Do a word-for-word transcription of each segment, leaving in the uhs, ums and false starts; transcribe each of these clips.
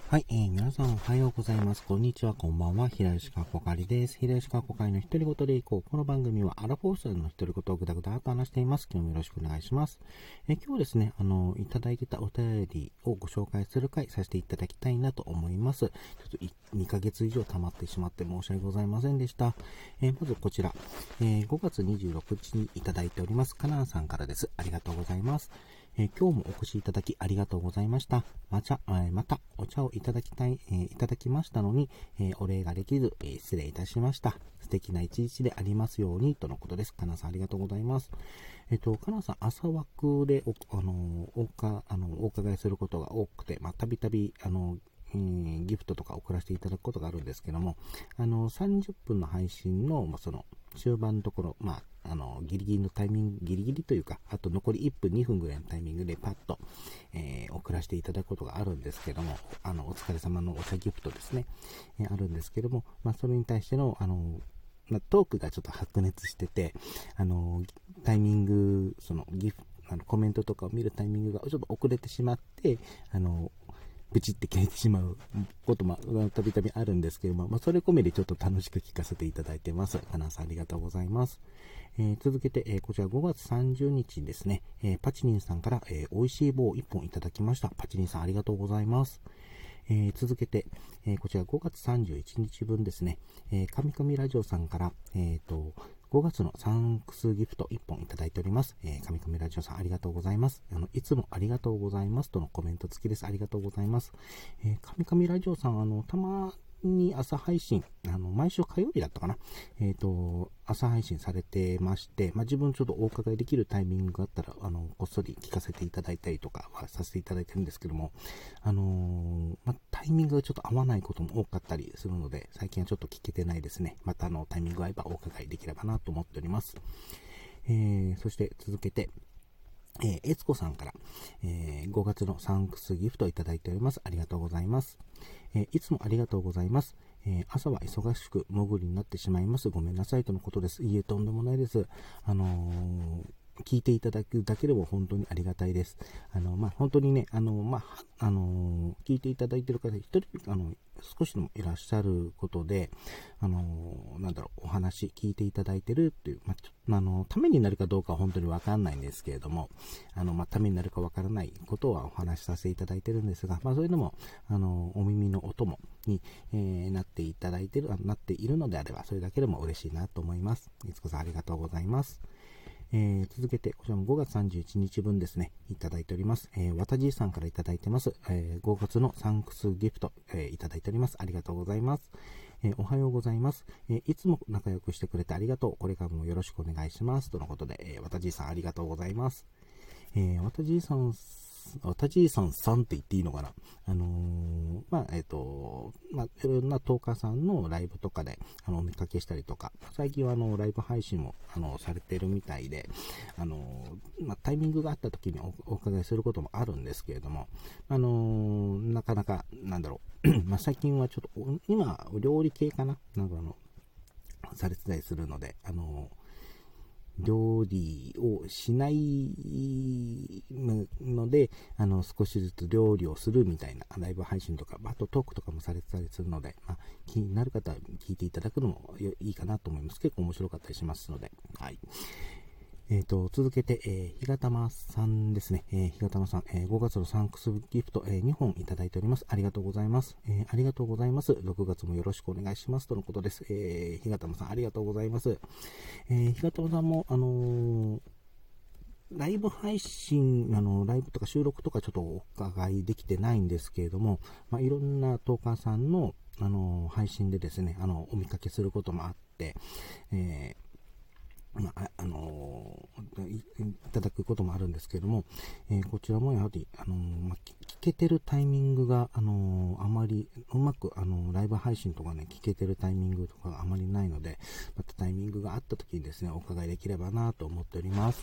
はい、えー、皆さんおはようございます。こんにちは、こんばんは。平吉かこかりです。平吉かこかりの一人ごとでいこう。この番組はアラフォースタイルの一人ごとをぐだぐだと話しています。今日もよろしくお願いします。えー、今日ですね、あの、いただいてたお便りをご紹介する回させていただきたいなと思います。ちょっとにかげつ以上溜まってしまって申し訳ございませんでした。えー、まずこちら、えー、ごがつにじゅうろくにちにいただいております。カナンさんからです。ありがとうございます。えー、今日もお越しいただきありがとうございました。また、えー、またお茶をいただきたい、えー、いただきましたのに、えー、お礼ができず、えー、失礼いたしました。素敵な一日でありますようにとのことです。かなさんありがとうございます。えっと、かなさん朝枠でお、あのおかあのお伺いすることが多くて、まあ、たびたびあのえー、ギフトとか送らせていただくことがあるんですけども、あのさんじゅっぷんの配信の、まあ、その終盤のところ、まあ、あのギリギリのタイミング、ギリギリというか、あと残りいっぷん、にふんぐらいのタイミングでパッと、えー、送らせていただくことがあるんですけども、あのお疲れ様のお茶ギフトですね、えー、あるんですけども、まあ、それに対しての、あのまあ、トークがちょっと白熱してて、あのタイミング、そのギフト、あのコメントとかを見るタイミングがちょっと遅れてしまって、あのブチって切れてしまうこともたびたびあるんですけども、まあ、それ込みでちょっと楽しく聞かせていただいてます。かなさんありがとうございます。えー、続けて、えー、こちらごがつさんじゅうにちですね、えー、パチニンさんから、えー、美味しい棒いっぽんいただきました。パチニンさんありがとうございます。えー、続けて、えー、こちらごがつさんじゅういちにちぶんですね、えー、神々ラジオさんから、えーと、ごがつのサンクスギフトいっぽんいただいております。えー、神々ラジオさんありがとうございます。あの、いつもありがとうございますとのコメント付きです。ありがとうございます。えー、神々ラジオさん、あの、たまに朝配信、あの、毎週火曜日だったかな。えっと、朝配信されてまして、まあ、自分ちょっとお伺いできるタイミングがあったら、あの、こっそり聞かせていただいたりとかはさせていただいてるんですけども、あのー、まあ、タイミングがちょっと合わないことも多かったりするので、最近はちょっと聞けてないですね。またあの、タイミングが合えばお伺いできればなと思っております。えー、そして続けて、えー、えつこさんから、えー、ごがつのサンクスギフトをいただいております。ありがとうございます。えー、いつもありがとうございます。えー、朝は忙しく潜りになってしまいます。ごめんなさいとのことです。いいえ、とんでもないです。あのー聞いていただくだけでも本当にありがたいです。あの、まあ、本当にね、あの、まあ、あの、聞いていただいている方、一人、あの、少しでもいらっしゃることで、あの、なんだろう、お話聞いていただいてるっていう、まあ、あの、ためになるかどうかは本当にわかんないんですけれども、あの、まあ、ためになるかわからないことはお話しさせていただいてるんですが、まあ、そういうのも、あの、お耳のお供に、えー、なっていただいてる、なっているのであれば、それだけでも嬉しいなと思います。いつこさんありがとうございます。えー、続けて、こちらもごがつさんじゅういちにちぶんですね、いただいております。えー、わたじいさんからいただいてます。えー、ごがつのサンクスギフト、えー、いただいております。ありがとうございます。えー、おはようございます、えー。いつも仲良くしてくれてありがとう。これからもよろしくお願いします。とのことで、えー、わたじいさんありがとうございます。えー、わたじいさん、わたじいさんさんって言っていいのかな、あのー、まあ、えっ、ー、と、まあ、いろんなトーカーさんのライブとかで、あの、お見かけしたりとか、最近はあの、ライブ配信も、あの、されてるみたいで、あのー、まあ、タイミングがあった時に お, お伺いすることもあるんですけれども、あのー、なかなか、なんだろう、まあ、最近はちょっと、今、料理系かななんかあの、されてたりするので、あのー、料理をしないので、あの、少しずつ料理をするみたいなライブ配信とか、あとトークとかもされてたりするので、まあ、気になる方は聞いていただくのもいいかなと思います。結構面白かったりしますので、はい。えーと、続けて、えー、ひがたまさんですね。えー、ひがたまさん、えー、ごがつのサンクスギフト、えー、にほんいただいております。ありがとうございます。えー、ありがとうございます。ろくがつもよろしくお願いします。とのことです。えー、ひがたまさん、ありがとうございます。えー、ひがたまさんも、あのー、ライブ配信、あの、ライブとか収録とかちょっとお伺いできてないんですけれども、まあ、いろんなトーカーさんの、あのー、配信でですね、あの、お見かけすることもあって、えーまあ、あのー、い, いただくこともあるんですけれども、えー、こちらもやはり、あのーまあ、聞けてるタイミングが、あのー、あまりうまく、あのー、ライブ配信とかね、聞けてるタイミングとかがあまりないので、またタイミングがあった時にですね、お伺いできればなと思っております。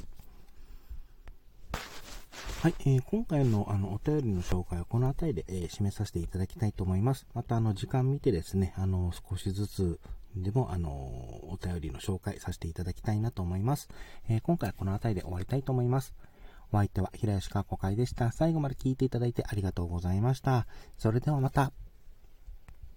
はい、えー、今回のあのお便りの紹介はこの辺りで、えー、締めさせていただきたいと思います。またあの時間見てですね、あの少しずつでもあのお便りの紹介させていただきたいなと思います。えー、今回はこの辺りで終わりたいと思います。 お相手は平吉かこかいでした。最後まで聞いていただいてありがとうございました。それではまた。